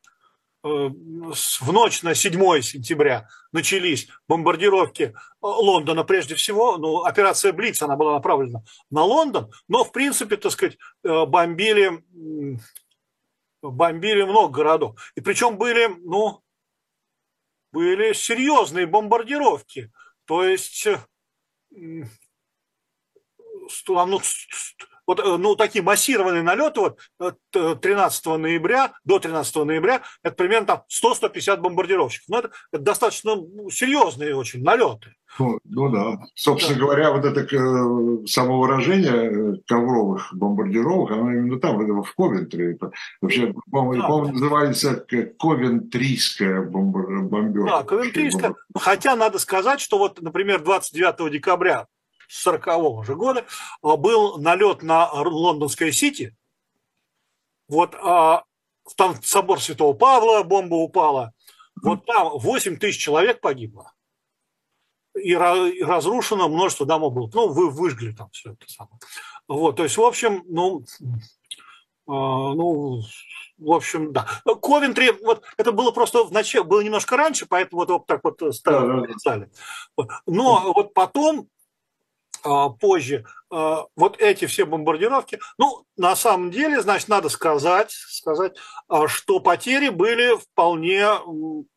ночь на 7 сентября начались, бомбардировки Лондона прежде всего, ну, операция «Блиц», она была направлена на Лондон, но, в принципе, так сказать, бомбили много городов. И причем были серьезные бомбардировки. То есть, такие массированные налеты вот, до 13 ноября, это примерно там 100-150 бомбардировщиков. Но это достаточно серьезные очень налеты.
Ну да. Собственно говоря, вот это самовыражение ковровых бомбардировок, оно именно там, в Ковентри. Вообще, по-моему, называется ковентрийская бомбежка.
Да, ковентрийская. Хотя надо сказать, что вот, например, 29 декабря 1940 же года был налет на лондонское Сити. Вот там собор Святого Павла, бомба упала. Вот там 8 тысяч человек погибло. И разрушено множество домов было. Ну, выжгли там все это самое. Вот, то есть, в общем, в общем, да. Ковентри, вот это было просто в начале, было немножко раньше, поэтому вот так вот стали. Но вот потом, позже, вот эти все бомбардировки, ну, на самом деле, значит, надо сказать, что потери были вполне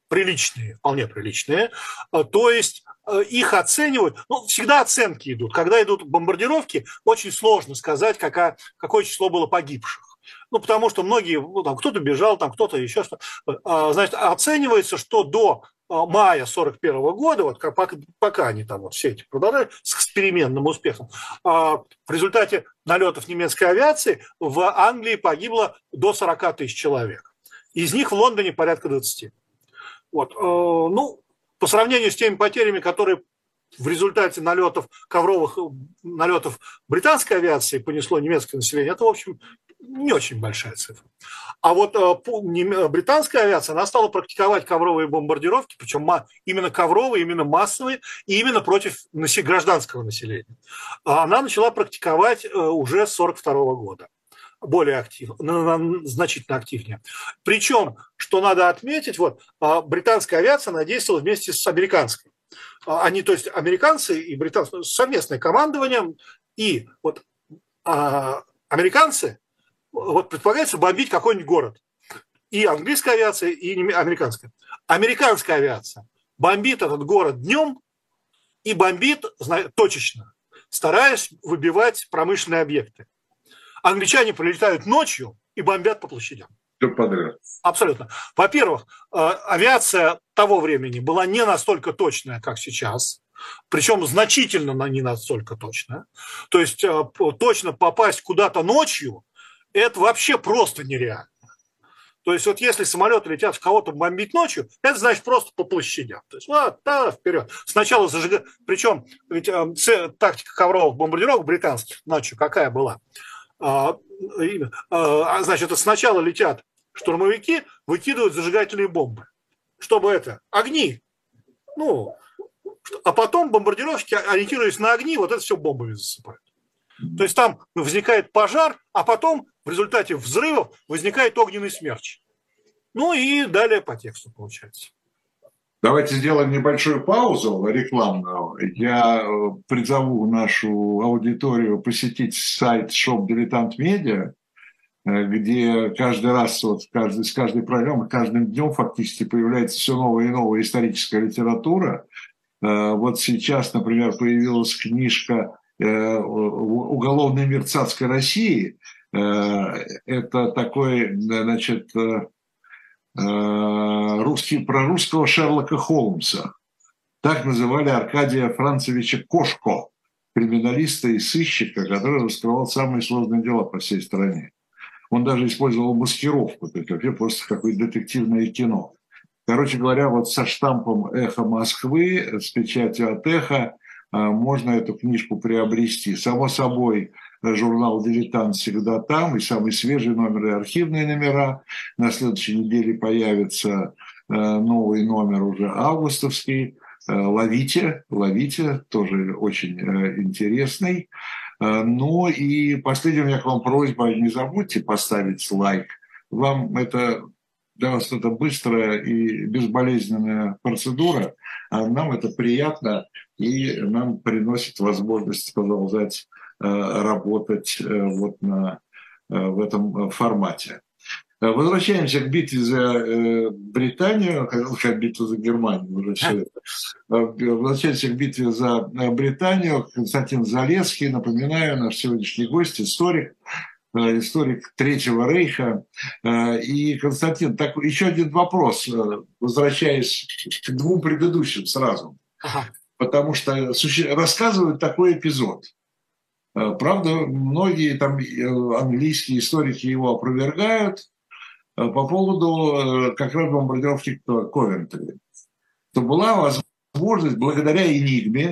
приличные, вполне приличные. То есть их оценивают, ну, всегда оценки идут. Когда идут бомбардировки, очень сложно сказать, какое число было погибших. Ну, потому что многие, ну, там, кто-то бежал, там, кто-то еще что-то. Значит, оценивается, что до мая 1941 года, вот пока они там вот все эти продолжали с переменным успехом, в результате налетов немецкой авиации в Англии погибло до 40 тысяч человек. Из них в Лондоне порядка 20. Вот. Ну, по сравнению с теми потерями, которые в результате ковровых налетов британской авиации понесло немецкое население, это, в общем, не очень большая цифра. А вот британская авиация, она стала практиковать ковровые бомбардировки, причем именно ковровые, именно массовые, и именно против гражданского населения. Она начала практиковать уже с 1942 года. Более активно, значительно активнее. Причем, что надо отметить, вот, британская авиация, она действовала вместе с американской. Они, то есть американцы и британцы, совместное командование, и вот американцы, вот предполагается бомбить какой-нибудь город. И английская авиация, и американская. Американская авиация бомбит этот город днем и бомбит точечно, стараясь выбивать промышленные объекты. Англичане прилетают ночью и бомбят по площадям.
Все подряд.
Абсолютно. Во-первых, авиация того времени была не настолько точная, как сейчас. Причем значительно не настолько точная. То есть точно попасть куда-то ночью – это вообще просто нереально. То есть вот если самолеты летят в кого-то бомбить ночью, это значит просто по площадям. То есть вот, вперед. Сначала зажигать. Причем ведь тактика ковровых бомбардировок британских ночью какая была? Значит, сначала летят штурмовики, выкидывают зажигательные бомбы, чтобы огни, ну, а потом бомбардировщики, ориентируясь на огни, вот это все бомбами засыпают. То есть там возникает пожар, а потом в результате взрывов возникает огненный смерч. Ну и далее по тексту получается.
Давайте сделаем небольшую паузу рекламную. Я призову нашу аудиторию посетить сайт Shop Dilettant Media, где каждый раз, вот с каждой программы, каждым днем фактически появляется все новая и новая историческая литература. Вот сейчас, например, появилась книжка «Уголовный мир царской России». Это такой, значит, про русского Шерлока Холмса. Так называли Аркадия Францевича Кошко, криминалиста и сыщика, который раскрывал самые сложные дела по всей стране. Он даже использовал маскировку, то есть вообще просто какое-то детективное кино. Короче говоря, вот со штампом «Эхо Москвы», с печатью от «Эхо» можно эту книжку приобрести. Само собой, журнал «Дилетант» всегда там, и самый свежий номер, и архивные номера. На следующей неделе появится новый номер уже августовский. Ловите, тоже очень интересный. Ну и последняя у меня к вам просьба, не забудьте поставить лайк. Вам для вас это быстрая и безболезненная процедура, а нам это приятно и нам приносит возможность продолжать работать вот в этом формате. Возвращаемся к битве за Британию, хотел сказать битву за Германию, уже все это. Возвращаемся к битве за Британию. Константин Залесский, напоминаю, наш сегодняшний гость, историк Третьего Рейха. И, Константин, еще один вопрос, возвращаясь к двум предыдущим сразу. Потому что рассказывают такой эпизод. Правда, многие там английские историки его опровергают по поводу как раз бомбардировки Ковентри. То была возможность, благодаря «Энигме»,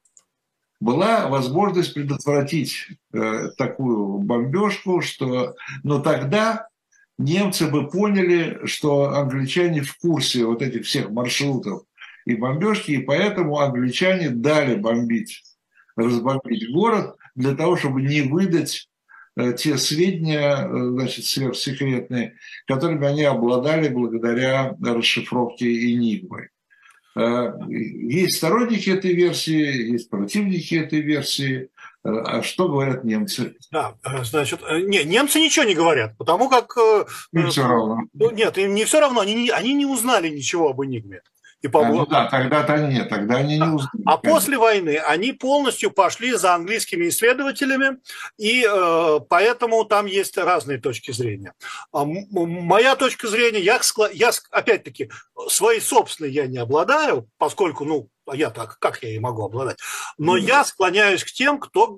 была возможность предотвратить такую бомбежку, но тогда немцы бы поняли, что англичане в курсе вот этих всех маршрутов и бомбежки, и поэтому англичане дали разбомбить город для того, чтобы не выдать те сведения, значит, сверхсекретные, которыми они обладали благодаря расшифровке «Энигмы». Есть сторонники этой версии, есть противники этой версии. А что говорят немцы?
Да, значит, немцы ничего не говорят, потому как...
Им все равно.
Нет, им не все равно, они не узнали ничего об «Энигме».
Ну да, тогда-то нет, тогда они не узнали.
А после войны они полностью пошли за английскими исследователями, и поэтому там есть разные точки зрения. Моя точка зрения, я опять-таки, своей собственной я не обладаю, поскольку, я так, как я и могу обладать, но я склоняюсь к тем, кто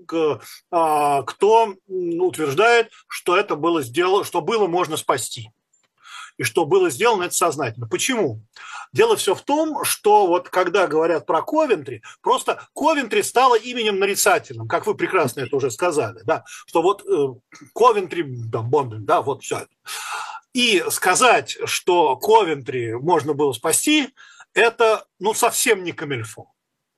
утверждает, что это было сделано, что было можно спасти. И что было сделано это сознательно. Почему? Дело все в том, что вот когда говорят про Ковентри, просто Ковентри стало именем нарицательным, как вы прекрасно это уже сказали, да, что вот Ковентри, Бонден, да, вот все это. И сказать, что Ковентри можно было спасти, это, совсем не камильфо.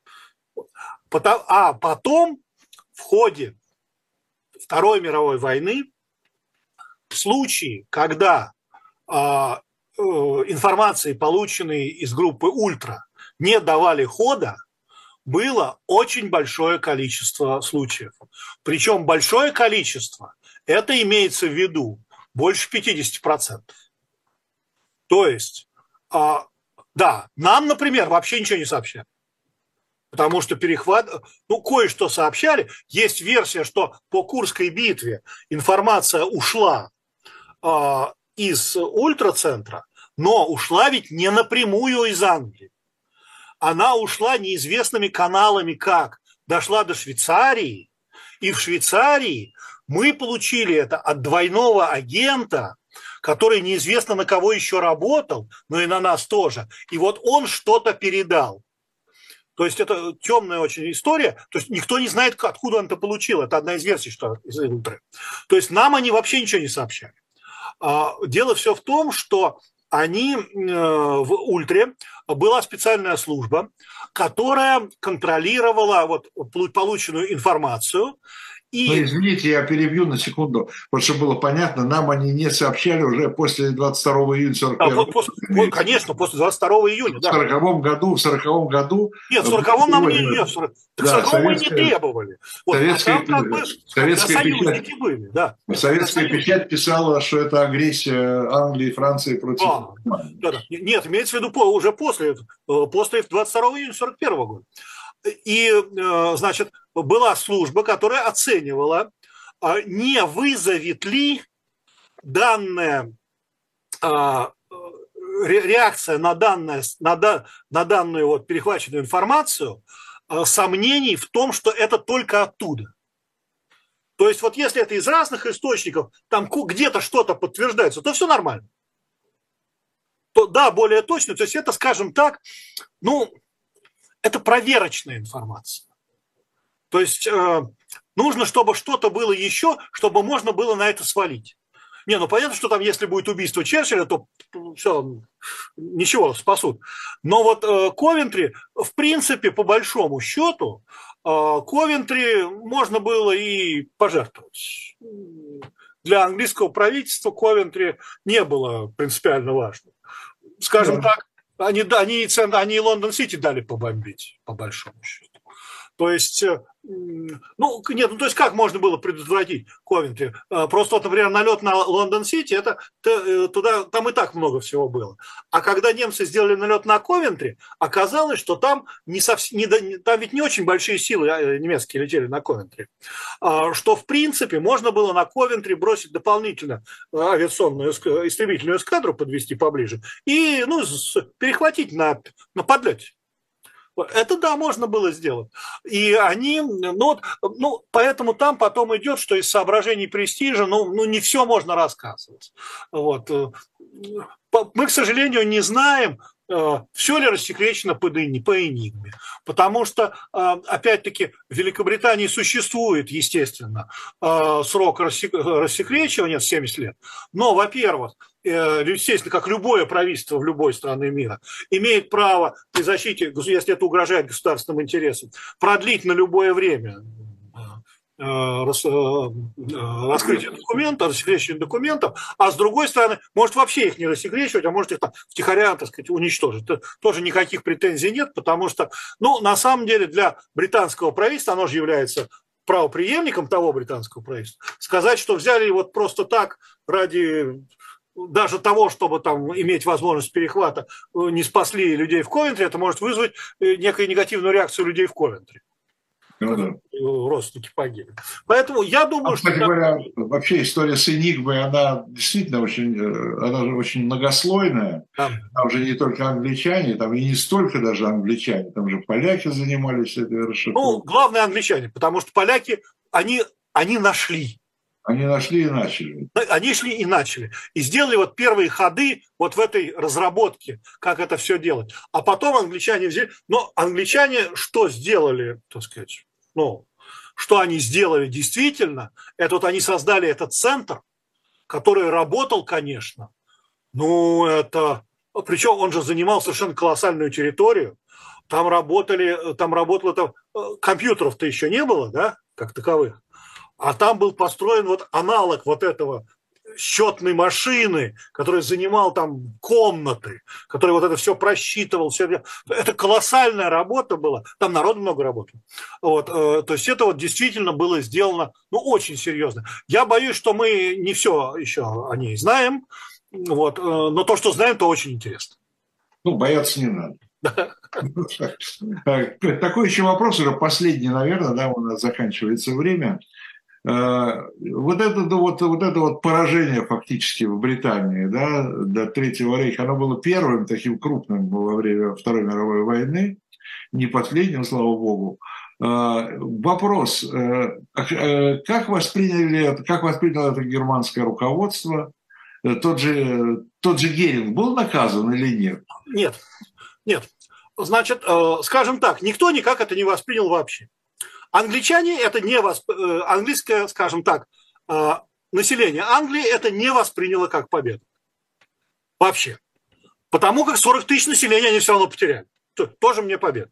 А потом, в ходе Второй мировой войны, в случае, когда информации, полученной из группы «Ультра», не давали хода, было очень большое количество случаев. Причем большое количество, это имеется в виду больше 50%. То есть, да, нам, например, вообще ничего не сообщали. Потому что кое-что сообщали. Есть версия, что по Курской битве информация ушла из ультрацентра, но ушла ведь не напрямую из Англии. Она ушла неизвестными каналами как. Дошла до Швейцарии, и в Швейцарии мы получили это от двойного агента, который неизвестно на кого еще работал, но и на нас тоже. И вот он что-то передал. То есть это темная очень история. То есть никто не знает, откуда он это получил. Это одна из версий, что из ультры. То есть нам они вообще ничего не сообщали. Дело все в том, что в ультре была специальная служба, которая контролировала полученную информацию.
Извините, я перебью на секунду, потому что было понятно, нам они не сообщали уже после 22 июня 1941
Конечно, после 22 июня.
В 1940 году.
Нет, в 40-м нам не требовали.
Советская печать писала, что это агрессия Англии и Франции против...
Нет, имеется в виду уже после 22 июня 1941 года. И, значит, была служба, которая оценивала, не вызовет ли данная реакция на данную перехваченную информацию сомнений в том, что это только оттуда. То есть вот если это из разных источников, там где-то что-то подтверждается, то все нормально. То да, более точно, то есть это, скажем так, это проверочная информация. То есть нужно, чтобы что-то было еще, чтобы можно было на это свалить. Понятно, что там, если будет убийство Черчилля, то все, ничего, спасут. Но вот Ковентри, в принципе, по большому счету, Ковентри можно было и пожертвовать. Для английского правительства Ковентри не было принципиально важно. Скажем так, они Лондон-Сити дали побомбить, по большому счету. То есть, то есть как можно было предотвратить Ковентри? Просто, например, налет на Лондон-Сити, там и так много всего было. А когда немцы сделали налет на Ковентри, оказалось, что там там ведь не очень большие силы немецкие летели на Ковентри, что в принципе можно было на Ковентри бросить дополнительно авиационную истребительную эскадру, подвести поближе и перехватить на подлете. Это, да, можно было сделать. И они, поэтому там потом идет, что из соображений престижа, не все можно рассказывать. Мы, к сожалению, не знаем, все ли рассекречено по «Энигме». Потому что, опять-таки, в Великобритании существует, естественно, срок рассекречивания 70 лет. Но, во-первых, естественно, как любое правительство в любой стране мира, имеет право при защите, если это угрожает государственным интересам, продлить на любое время раскрытие документов, рассекречивание документов, а с другой стороны, может вообще их не рассекречивать, а может их втихаря, уничтожить. Тоже никаких претензий нет, потому что, на самом деле, для британского правительства оно же является правопреемником того британского правительства, сказать, что взяли вот просто так ради даже того, чтобы там иметь возможность перехвата, не спасли людей в Ковентри, это может вызвать некую негативную реакцию людей в Ковентри.
Ну, да.
Родственники погибли. Поэтому я думаю,
кстати говоря, вообще история с Энигмой, она действительно она же очень многослойная. Там же не только англичане, там и не столько даже англичане, там же поляки занимались этой расшифровкой.
Ну, главное англичане, потому что поляки, они нашли.
Они нашли и начали.
Они шли и начали. И сделали вот первые ходы вот в этой разработке, как это все делать. А потом англичане взяли... Но англичане что сделали, так сказать, что они сделали действительно, это вот они создали этот центр, который работал, конечно, причем он же занимал совершенно колоссальную территорию, там работало, компьютеров-то еще не было, да, как таковых, а там был построен вот аналог вот этого счетной машины, который занимал там комнаты, который вот это все просчитывал. Это колоссальная работа была. Там народ много работал. Вот, то есть это вот действительно было сделано очень серьезно. Я боюсь, что мы не все еще о ней знаем, вот, но то, что знаем, то очень интересно.
Бояться не надо. Такой еще вопрос, уже последний, наверное, да, у нас заканчивается время. Вот это поражение фактически в Британии, да, до Третьего рейха, оно было первым таким крупным во время Второй мировой войны, не последним, слава богу. Вопрос, как восприняло это германское руководство? Тот же Геринг был наказан или нет?
Нет. Значит, скажем так, никто никак это не воспринял вообще. Англичане это английское, скажем так, население Англии это не восприняло как победу. Вообще. Потому как 40 тысяч населения они все равно потеряли. Тоже мне победа.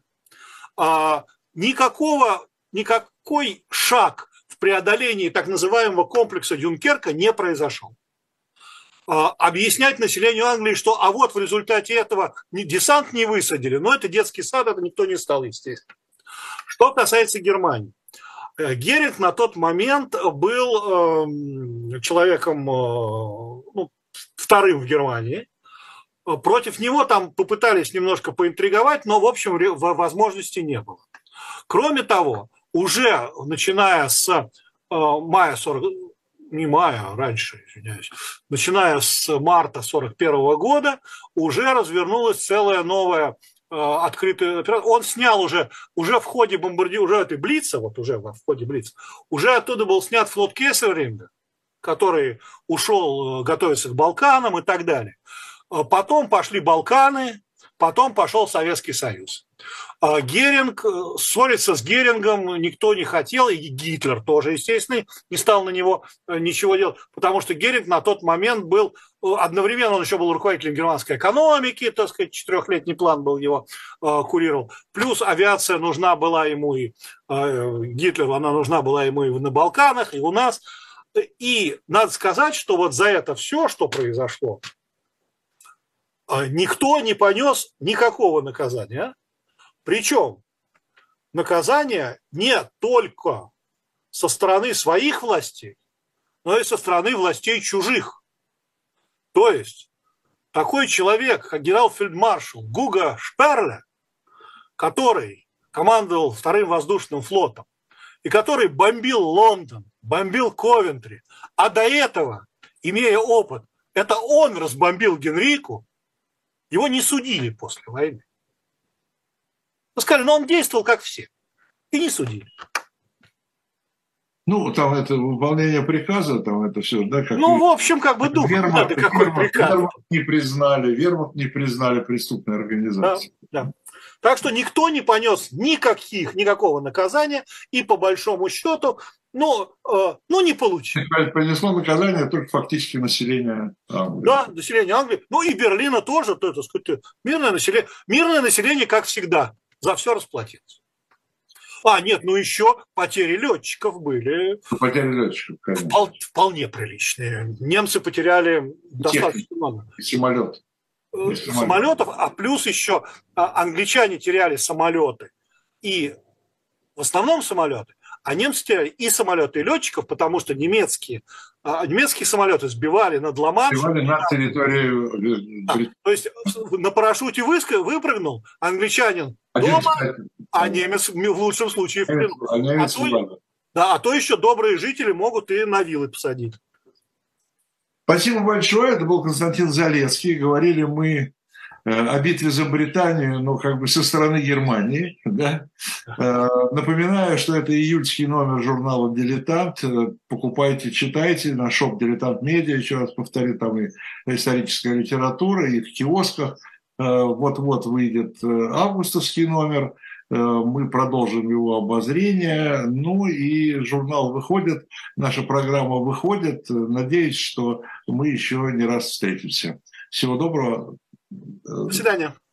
Никакой шаг в преодолении так называемого комплекса Дюнкерка не произошел. Объяснять населению Англии, что вот в результате этого десант не высадили, но это детский сад, это никто не стал, естественно. Что касается Германии. Геринг на тот момент был человеком вторым в Германии. Против него там попытались немножко поинтриговать, но, в общем, возможности не было. Кроме того, уже начиная с начиная с марта 1941 года уже развернулась целая новая открытая операция. Он снял уже в ходе бомбардировки, в ходе Блица, уже оттуда был снят флот Кессельринга, который ушел готовиться к Балканам и так далее. Потом пошли Балканы, потом пошел Советский Союз. Геринг, ссориться с Герингом никто не хотел, и Гитлер тоже, естественно, не стал на него ничего делать, потому что Геринг на тот момент был, одновременно он еще был руководителем германской экономики, так сказать, 4-летний план был его курировал, плюс авиация нужна была ему и Гитлеру, она нужна была ему и на Балканах, и у нас. И надо сказать, что вот за это все, что произошло, никто не понес никакого наказания. Причем наказание не только со стороны своих властей, но и со стороны властей чужих. То есть такой человек, как генерал-фельдмаршал Гуго Шперле, который командовал вторым воздушным флотом и который бомбил Лондон, бомбил Ковентри, а до этого, имея опыт, это он разбомбил Генрику, его не судили после войны. Сказали, он действовал как все. И не судили.
Там это выполнение приказа, там это все, да?
В общем, дух.
Вермахт не признали преступной организацией.
Да. Так что никто не понес никакого наказания, и по большому счету, не получил.
Понесло наказание только фактически население Англии.
Да, население Англии. И Берлина тоже, так сказать, мирное население, как всегда, за все расплатилось. Еще потери летчиков были.
Потери летчиков, конечно.
Вполне приличные. Немцы потеряли достаточно много. Самолетов, а плюс еще англичане теряли самолеты. И в основном самолеты, А немцы теряли и самолеты, и летчиков, потому что немецкие самолеты сбивали над Ла-Маншем.
Сбивали на территорию...
То есть на парашюте выпрыгнул, англичанин дома, а немец в лучшем случае в плену. А то еще добрые жители могут и на вилы посадить.
Спасибо большое. Это был Константин Залесский. Говорили мы о битве за Британию, но как бы со стороны Германии. Да? Напоминаю, что это июльский номер журнала «Дилетант». Покупайте, читайте на шоп «Дилетант Медиа». Еще раз повторю, там и историческая литература, и в киосках. Вот-вот выйдет августовский номер. Мы продолжим его обозрение. Ну и журнал выходит, наша программа выходит. Надеюсь, что мы еще не раз встретимся. Всего доброго.
До свидания.